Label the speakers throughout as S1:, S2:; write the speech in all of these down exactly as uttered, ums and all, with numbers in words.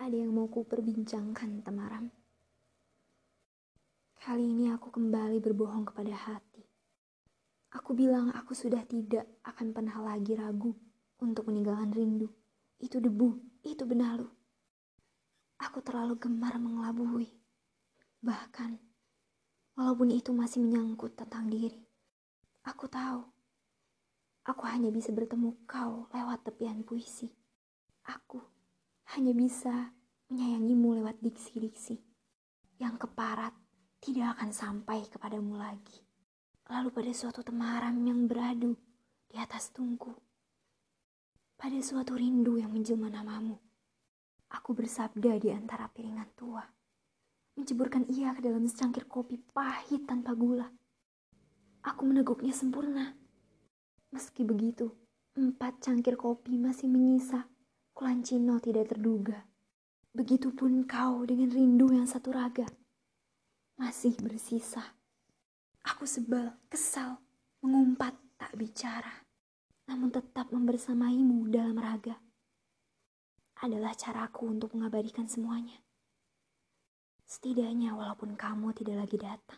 S1: ada yang mau ku perbincangkan, Temaram. Kali ini aku kembali berbohong kepada hati. Aku bilang aku sudah tidak akan pernah lagi ragu untuk meninggalkan rindu. Itu debu, itu benalu. Aku terlalu gemar mengelabui. Bahkan, walaupun itu masih menyangkut tentang diri. Aku tahu, aku hanya bisa bertemu kau lewat tepian puisi. Aku hanya bisa menyayangimu lewat diksi-diksi yang keparat tidak akan sampai kepadamu lagi. Lalu pada suatu temaram yang beradu di atas tungku, pada suatu rindu yang menjelma namamu, aku bersabda di antara piringan tua, menceburkan ia ke dalam secangkir kopi pahit tanpa gula. Aku meneguknya sempurna. Meski begitu, empat cangkir kopi masih menyisa. Kulancino tidak terduga. Begitupun kau dengan rindu yang satu raga masih bersisa. Aku sebal, kesal, mengumpat tak bicara, namun tetap membersamaimu dalam raga. Adalah caraku untuk mengabadikan semuanya. Setidaknya walaupun kamu tidak lagi datang.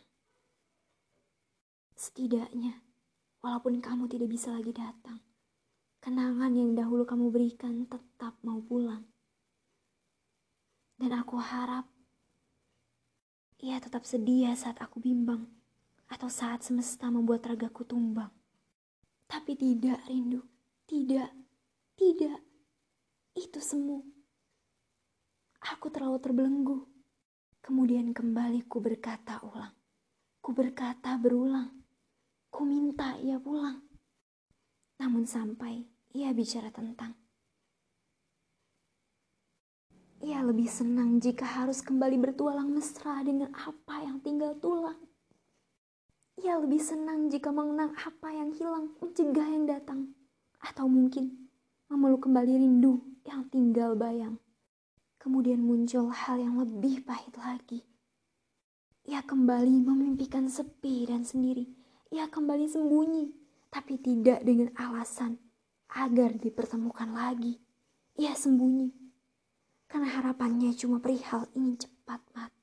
S1: Setidaknya walaupun kamu tidak bisa lagi datang, kenangan yang dahulu kamu berikan tetap mau pulang. Dan aku harap ia tetap sedia saat aku bimbang, atau saat semesta membuat ragaku tumbang. Tapi tidak, rindu. Tidak, tidak. Itu semu. Aku terlalu terbelenggu. Kemudian kembali ku berkata ulang. Ku berkata berulang. Ku minta ia pulang. Namun sampai ia bicara tentang ia lebih senang jika harus kembali bertualang mesra dengan apa yang tinggal tulang. Ia lebih senang jika mengenang apa yang hilang, mencegah yang datang. Atau mungkin memeluk kembali rindu yang tinggal bayang. Kemudian muncul hal yang lebih pahit lagi. Ia kembali memimpikan sepi dan sendiri. Ia kembali sembunyi, tapi tidak dengan alasan agar dipertemukan lagi. Ia sembunyi, karena harapannya cuma perihal ingin cepat mati.